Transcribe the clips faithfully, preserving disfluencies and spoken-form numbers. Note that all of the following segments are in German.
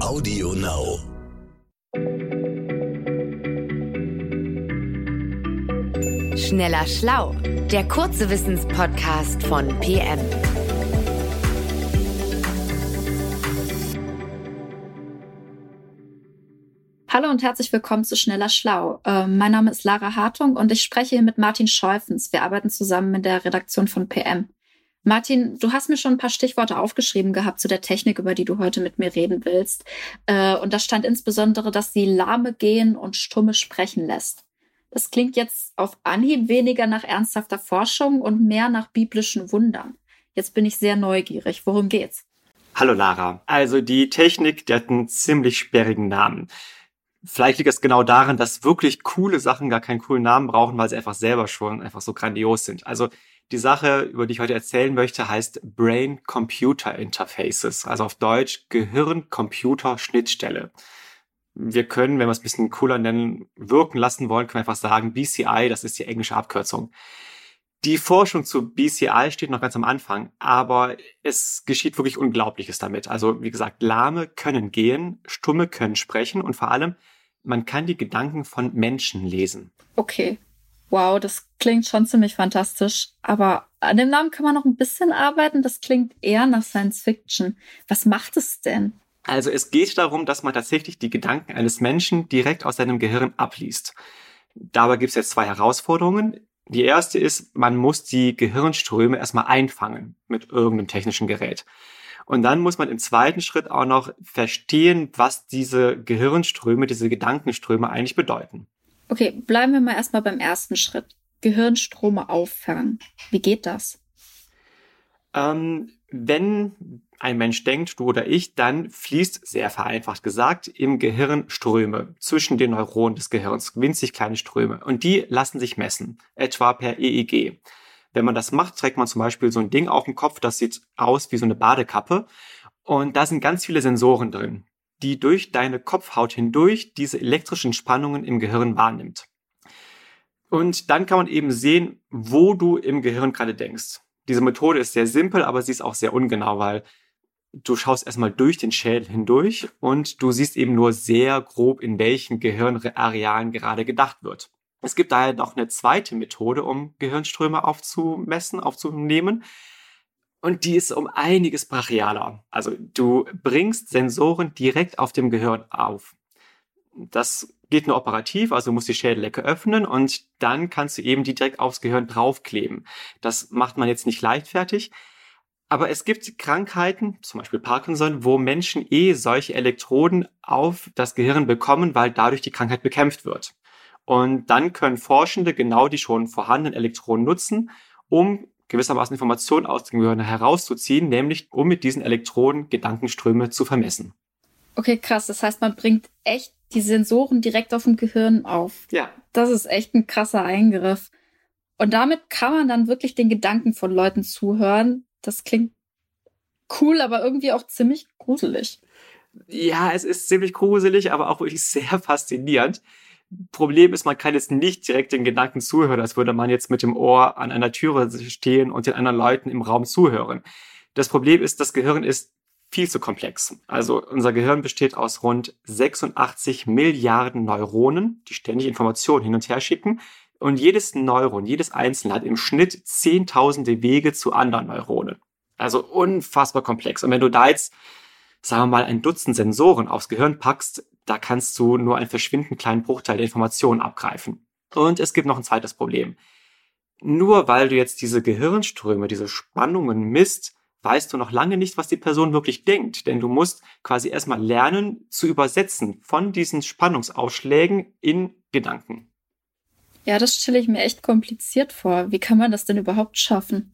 Audio Now. Schneller Schlau, der kurze Wissenspodcast von P M. Hallo und herzlich willkommen zu Schneller Schlau. Äh, mein Name ist Lara Hartung und ich spreche hier mit Martin Scheufens. Wir arbeiten zusammen in der Redaktion von P M. Martin, du hast mir schon ein paar Stichworte aufgeschrieben gehabt zu der Technik, über die du heute mit mir reden willst. Äh, und da stand insbesondere, dass sie Lahme gehen und Stumme sprechen lässt. Das klingt jetzt auf Anhieb weniger nach ernsthafter Forschung und mehr nach biblischen Wundern. Jetzt bin ich sehr neugierig. Worum geht's? Hallo Lara. Also die Technik, die hat einen ziemlich sperrigen Namen. Vielleicht liegt es genau daran, dass wirklich coole Sachen gar keinen coolen Namen brauchen, weil sie einfach selber schon einfach so grandios sind. Also die Sache, über die ich heute erzählen möchte, heißt Brain-Computer Interfaces, also auf Deutsch Gehirn-Computer-Schnittstelle. Wir können, wenn wir es ein bisschen cooler nennen, wirken lassen wollen, können wir einfach sagen B C I, das ist die englische Abkürzung. Die Forschung zu B C I steht noch ganz am Anfang, aber es geschieht wirklich Unglaubliches damit. Also wie gesagt, Lahme können gehen, Stumme können sprechen und vor allem, man kann die Gedanken von Menschen lesen. Okay. Wow, das klingt schon ziemlich fantastisch. Aber an dem Namen kann man noch ein bisschen arbeiten. Das klingt eher nach Science Fiction. Was macht es denn? Also es geht darum, dass man tatsächlich die Gedanken eines Menschen direkt aus seinem Gehirn abliest. Dabei gibt es jetzt zwei Herausforderungen. Die erste ist, man muss die Gehirnströme erstmal einfangen mit irgendeinem technischen Gerät. Und dann muss man im zweiten Schritt auch noch verstehen, was diese Gehirnströme, diese Gedankenströme eigentlich bedeuten. Okay, bleiben wir mal erstmal beim ersten Schritt. Gehirnstrome auffangen. Wie geht das? Ähm, wenn ein Mensch denkt, du oder ich, dann fließt, sehr vereinfacht gesagt, im Gehirn Ströme zwischen den Neuronen des Gehirns, winzig kleine Ströme. Und die lassen sich messen, etwa per E E G. Wenn man das macht, trägt man zum Beispiel so ein Ding auf dem Kopf, das sieht aus wie so eine Badekappe. Und da sind ganz viele Sensoren drin, die durch deine Kopfhaut hindurch diese elektrischen Spannungen im Gehirn wahrnimmt. Und dann kann man eben sehen, wo du im Gehirn gerade denkst. Diese Methode ist sehr simpel, aber sie ist auch sehr ungenau, weil du schaust erstmal durch den Schädel hindurch und du siehst eben nur sehr grob, in welchen Gehirnarealen gerade gedacht wird. Es gibt daher noch eine zweite Methode, um Gehirnströme aufzumessen, aufzunehmen. Und die ist um einiges brachialer. Also du bringst Sensoren direkt auf dem Gehirn auf. Das geht nur operativ, also du musst die Schädeldecke öffnen und dann kannst du eben die direkt aufs Gehirn draufkleben. Das macht man jetzt nicht leichtfertig. Aber es gibt Krankheiten, zum Beispiel Parkinson, wo Menschen eh solche Elektroden auf das Gehirn bekommen, weil dadurch die Krankheit bekämpft wird. Und dann können Forschende genau die schon vorhandenen Elektroden nutzen, um gewissermaßen Informationen aus dem Gehirn herauszuziehen, nämlich um mit diesen Elektroden Gedankenströme zu vermessen. Okay, krass. Das heißt, man bringt echt die Sensoren direkt auf dem Gehirn auf. Ja. Das ist echt ein krasser Eingriff. Und damit kann man dann wirklich den Gedanken von Leuten zuhören. Das klingt cool, aber irgendwie auch ziemlich gruselig. Ja, es ist ziemlich gruselig, aber auch wirklich sehr faszinierend. Problem ist, man kann jetzt nicht direkt den Gedanken zuhören, als würde man jetzt mit dem Ohr an einer Türe stehen und den anderen Leuten im Raum zuhören. Das Problem ist, das Gehirn ist viel zu komplex. Also unser Gehirn besteht aus rund sechsundachtzig Milliarden Neuronen, die ständig Informationen hin und her schicken. Und jedes Neuron, jedes einzelne hat im Schnitt zehntausende Wege zu anderen Neuronen. Also unfassbar komplex. Und wenn du da jetzt, sagen wir mal, ein Dutzend Sensoren aufs Gehirn packst, da kannst du nur einen verschwindend kleinen Bruchteil der Informationen abgreifen. Und es gibt noch ein zweites Problem. Nur weil du jetzt diese Gehirnströme, diese Spannungen misst, weißt du noch lange nicht, was die Person wirklich denkt. Denn du musst quasi erstmal lernen zu übersetzen von diesen Spannungsausschlägen in Gedanken. Ja, das stelle ich mir echt kompliziert vor. Wie kann man das denn überhaupt schaffen?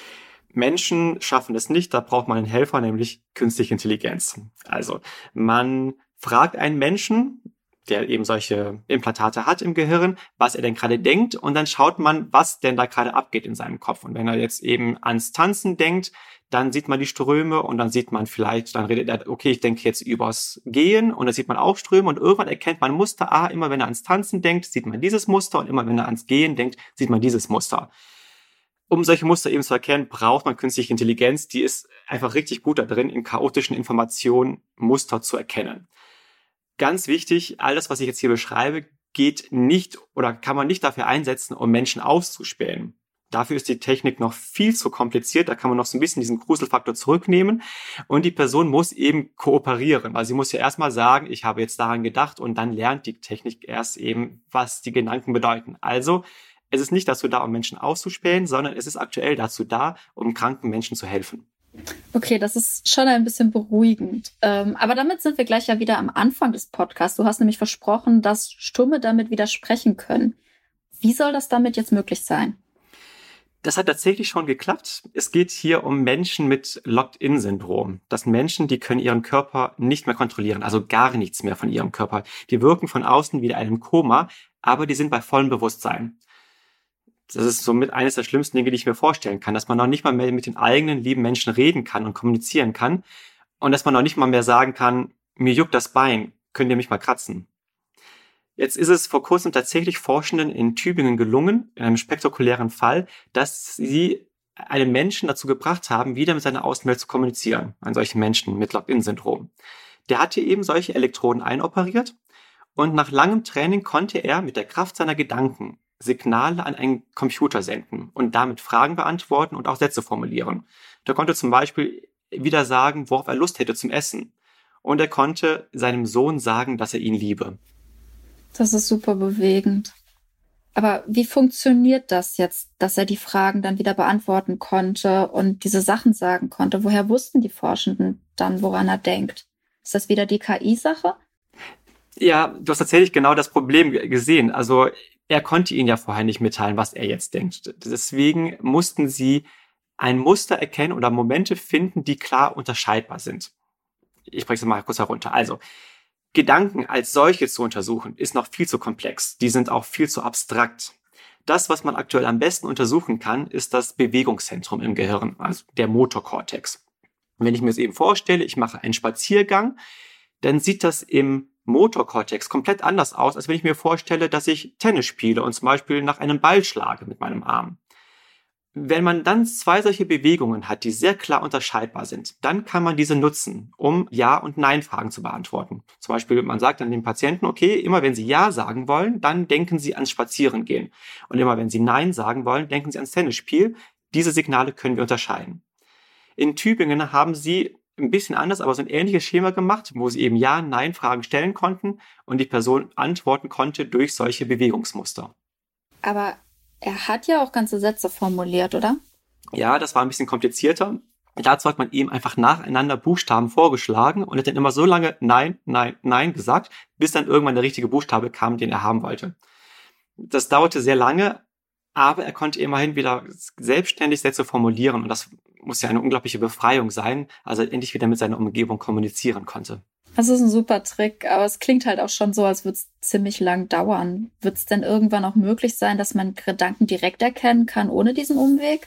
Menschen schaffen es nicht, da braucht man einen Helfer, nämlich künstliche Intelligenz. Also man fragt einen Menschen, der eben solche Implantate hat im Gehirn, was er denn gerade denkt und dann schaut man, was denn da gerade abgeht in seinem Kopf. Und wenn er jetzt eben ans Tanzen denkt, dann sieht man die Ströme und dann sieht man vielleicht, dann redet er, okay, ich denke jetzt übers Gehen und dann sieht man auch Ströme und irgendwann erkennt man Muster, ah, immer wenn er ans Tanzen denkt, sieht man dieses Muster und immer wenn er ans Gehen denkt, sieht man dieses Muster. Um solche Muster eben zu erkennen, braucht man künstliche Intelligenz. Die ist einfach richtig gut da drin, in chaotischen Informationen Muster zu erkennen. Ganz wichtig, all das, was ich jetzt hier beschreibe, geht nicht oder kann man nicht dafür einsetzen, um Menschen auszuspähen. Dafür ist die Technik noch viel zu kompliziert. Da kann man noch so ein bisschen diesen Gruselfaktor zurücknehmen. Und die Person muss eben kooperieren. Also sie muss ja erstmal sagen, ich habe jetzt daran gedacht, und dann lernt die Technik erst eben, was die Gedanken bedeuten. Also es ist nicht dazu da, um Menschen auszuspähen, sondern es ist aktuell dazu da, um kranken Menschen zu helfen. Okay, das ist schon ein bisschen beruhigend. Ähm, aber damit sind wir gleich ja wieder am Anfang des Podcasts. Du hast nämlich versprochen, dass Stumme damit widersprechen können. Wie soll das damit jetzt möglich sein? Das hat tatsächlich schon geklappt. Es geht hier um Menschen mit Locked-in-Syndrom. Das sind Menschen, die können ihren Körper nicht mehr kontrollieren, also gar nichts mehr von ihrem Körper. Die wirken von außen wie in einem Koma, aber die sind bei vollem Bewusstsein. Das ist somit eines der schlimmsten Dinge, die ich mir vorstellen kann, dass man noch nicht mal mehr mit den eigenen lieben Menschen reden kann und kommunizieren kann und dass man noch nicht mal mehr sagen kann, mir juckt das Bein, könnt ihr mich mal kratzen. Jetzt ist es vor kurzem tatsächlich Forschenden in Tübingen gelungen, in einem spektakulären Fall, dass sie einen Menschen dazu gebracht haben, wieder mit seiner Außenwelt zu kommunizieren, einen solchen Menschen mit Locked-in-Syndrom. Der hatte eben solche Elektroden einoperiert und nach langem Training konnte er mit der Kraft seiner Gedanken Signale an einen Computer senden und damit Fragen beantworten und auch Sätze formulieren. Der konnte zum Beispiel wieder sagen, worauf er Lust hätte zum Essen. Und er konnte seinem Sohn sagen, dass er ihn liebe. Das ist super bewegend. Aber wie funktioniert das jetzt, dass er die Fragen dann wieder beantworten konnte und diese Sachen sagen konnte? Woher wussten die Forschenden dann, woran er denkt? Ist das wieder die K I-Sache? Ja, du hast tatsächlich genau das Problem gesehen. Also er konnte ihnen ja vorher nicht mitteilen, was er jetzt denkt. Deswegen mussten sie ein Muster erkennen oder Momente finden, die klar unterscheidbar sind. Ich breche es mal kurz herunter. Also, Gedanken als solche zu untersuchen, ist noch viel zu komplex. Die sind auch viel zu abstrakt. Das, was man aktuell am besten untersuchen kann, ist das Bewegungszentrum im Gehirn, also der Motorkortex. Und wenn ich mir das eben vorstelle, ich mache einen Spaziergang, dann sieht das im Motorkortex komplett anders aus, als wenn ich mir vorstelle, dass ich Tennis spiele und zum Beispiel nach einem Ball schlage mit meinem Arm. Wenn man dann zwei solche Bewegungen hat, die sehr klar unterscheidbar sind, dann kann man diese nutzen, um Ja- und Nein-Fragen zu beantworten. Zum Beispiel, man sagt dann dem Patienten, okay, immer wenn Sie Ja sagen wollen, dann denken Sie ans Spazierengehen. Und immer wenn Sie Nein sagen wollen, denken Sie ans Tennisspiel. Diese Signale können wir unterscheiden. In Tübingen haben sie ein bisschen anders, aber so ein ähnliches Schema gemacht, wo sie eben Ja-, Nein-Fragen stellen konnten und die Person antworten konnte durch solche Bewegungsmuster. Aber er hat ja auch ganze Sätze formuliert, oder? Ja, das war ein bisschen komplizierter. Dazu hat man ihm einfach nacheinander Buchstaben vorgeschlagen und hat dann immer so lange Nein, Nein, Nein gesagt, bis dann irgendwann der richtige Buchstabe kam, den er haben wollte. Das dauerte sehr lange, aber er konnte immerhin wieder selbstständig Sätze formulieren und das muss ja eine unglaubliche Befreiung sein, also endlich wieder mit seiner Umgebung kommunizieren konnte. Das ist ein super Trick, aber es klingt halt auch schon so, als würde es ziemlich lang dauern. Wird es denn irgendwann auch möglich sein, dass man Gedanken direkt erkennen kann, ohne diesen Umweg?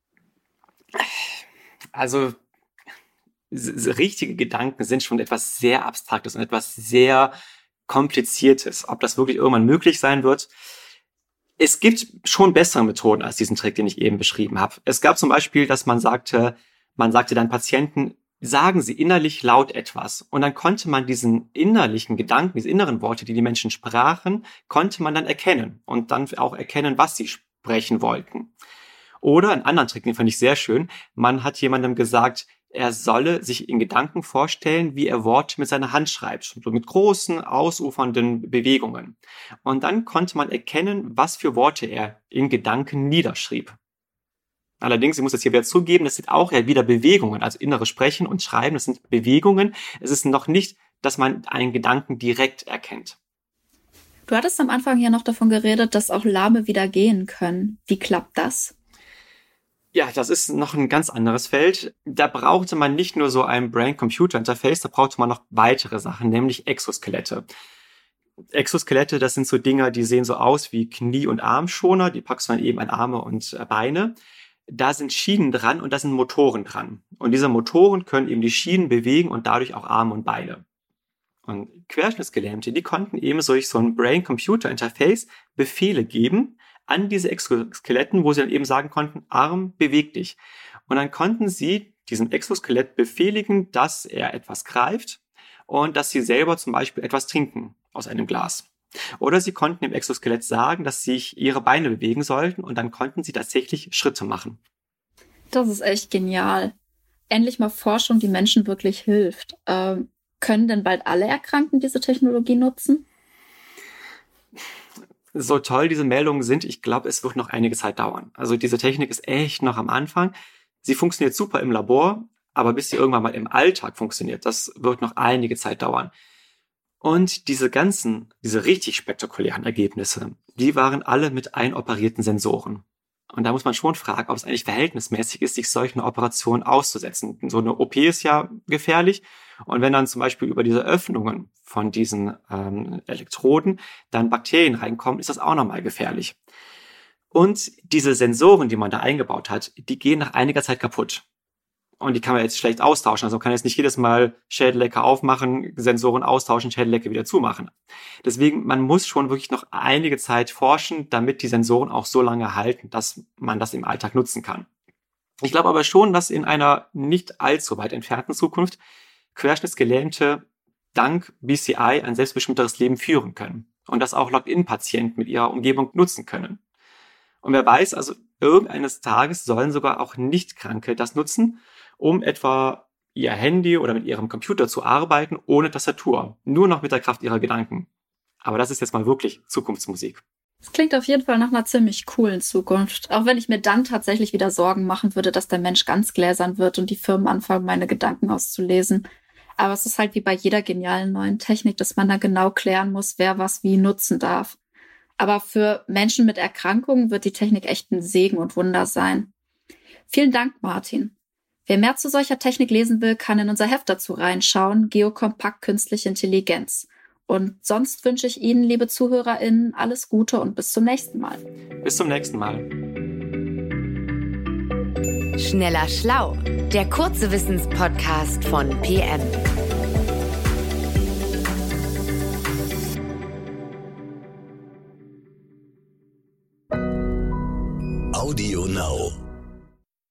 Also richtige Gedanken sind schon etwas sehr Abstraktes und etwas sehr Kompliziertes. Ob das wirklich irgendwann möglich sein wird? Es gibt schon bessere Methoden als diesen Trick, den ich eben beschrieben habe. Es gab zum Beispiel, dass man sagte, man sagte dann Patienten, sagen Sie innerlich laut etwas. Und dann konnte man diesen innerlichen Gedanken, diese inneren Worte, die die Menschen sprachen, konnte man dann erkennen und dann auch erkennen, was sie sprechen wollten. Oder einen anderen Trick, den fand ich sehr schön. Man hat jemandem gesagt, er solle sich in Gedanken vorstellen, wie er Worte mit seiner Hand schreibt, so mit großen, ausufernden Bewegungen. Und dann konnte man erkennen, was für Worte er in Gedanken niederschrieb. Allerdings, ich muss das hier wieder zugeben, das sind auch ja wieder Bewegungen, also inneres Sprechen und Schreiben, das sind Bewegungen. Es ist noch nicht, dass man einen Gedanken direkt erkennt. Du hattest am Anfang ja noch davon geredet, dass auch Lahme wieder gehen können. Wie klappt das? Ja, das ist noch ein ganz anderes Feld. Da brauchte man nicht nur so ein Brain-Computer-Interface, da brauchte man noch weitere Sachen, nämlich Exoskelette. Exoskelette, das sind so Dinger, die sehen so aus wie Knie- und Armschoner, die packst du dann eben an Arme und Beine. Da sind Schienen dran und da sind Motoren dran. Und diese Motoren können eben die Schienen bewegen und dadurch auch Arme und Beine. Und Querschnittsgelähmte, die konnten eben durch so ein Brain-Computer-Interface Befehle geben an diese Exoskeletten, wo sie dann eben sagen konnten, Arm, beweg dich. Und dann konnten sie diesem Exoskelett befehligen, dass er etwas greift und dass sie selber zum Beispiel etwas trinken aus einem Glas. Oder sie konnten dem Exoskelett sagen, dass sich ihre Beine bewegen sollten und dann konnten sie tatsächlich Schritte machen. Das ist echt genial. Endlich mal Forschung, die Menschen wirklich hilft. Ähm, können denn bald alle Erkrankten diese Technologie nutzen? So toll diese Meldungen sind, ich glaube, es wird noch einige Zeit dauern. Also diese Technik ist echt noch am Anfang. Sie funktioniert super im Labor, aber bis sie irgendwann mal im Alltag funktioniert, das wird noch einige Zeit dauern. Und diese ganzen, diese richtig spektakulären Ergebnisse, die waren alle mit einoperierten Sensoren. Und da muss man schon fragen, ob es eigentlich verhältnismäßig ist, sich solchen Operationen auszusetzen. So eine O P ist ja gefährlich. Und wenn dann zum Beispiel über diese Öffnungen von diesen ähm, Elektroden dann Bakterien reinkommen, ist das auch nochmal gefährlich. Und diese Sensoren, die man da eingebaut hat, die gehen nach einiger Zeit kaputt. Und die kann man jetzt schlecht austauschen. Also man kann jetzt nicht jedes Mal Schädellecke aufmachen, Sensoren austauschen, Schädellecke wieder zumachen. Deswegen, man muss schon wirklich noch einige Zeit forschen, damit die Sensoren auch so lange halten, dass man das im Alltag nutzen kann. Ich glaube aber schon, dass in einer nicht allzu weit entfernten Zukunft Querschnittsgelähmte dank B C I ein selbstbestimmteres Leben führen können. Und das auch Login-Patienten mit ihrer Umgebung nutzen können. Und wer weiß, also irgendeines Tages sollen sogar auch Nicht-Kranke das nutzen, um etwa ihr Handy oder mit ihrem Computer zu arbeiten, ohne Tastatur. Nur noch mit der Kraft ihrer Gedanken. Aber das ist jetzt mal wirklich Zukunftsmusik. Das klingt auf jeden Fall nach einer ziemlich coolen Zukunft. Auch wenn ich mir dann tatsächlich wieder Sorgen machen würde, dass der Mensch ganz gläsern wird und die Firmen anfangen, meine Gedanken auszulesen. Aber es ist halt wie bei jeder genialen neuen Technik, dass man da genau klären muss, wer was wie nutzen darf. Aber für Menschen mit Erkrankungen wird die Technik echt ein Segen und Wunder sein. Vielen Dank, Martin. Wer mehr zu solcher Technik lesen will, kann in unser Heft dazu reinschauen, Geokompakt Künstliche Intelligenz. Und sonst wünsche ich Ihnen, liebe ZuhörerInnen, alles Gute und bis zum nächsten Mal. Bis zum nächsten Mal. Schneller Schlau, der kurze Wissenspodcast von P M. Audio Now.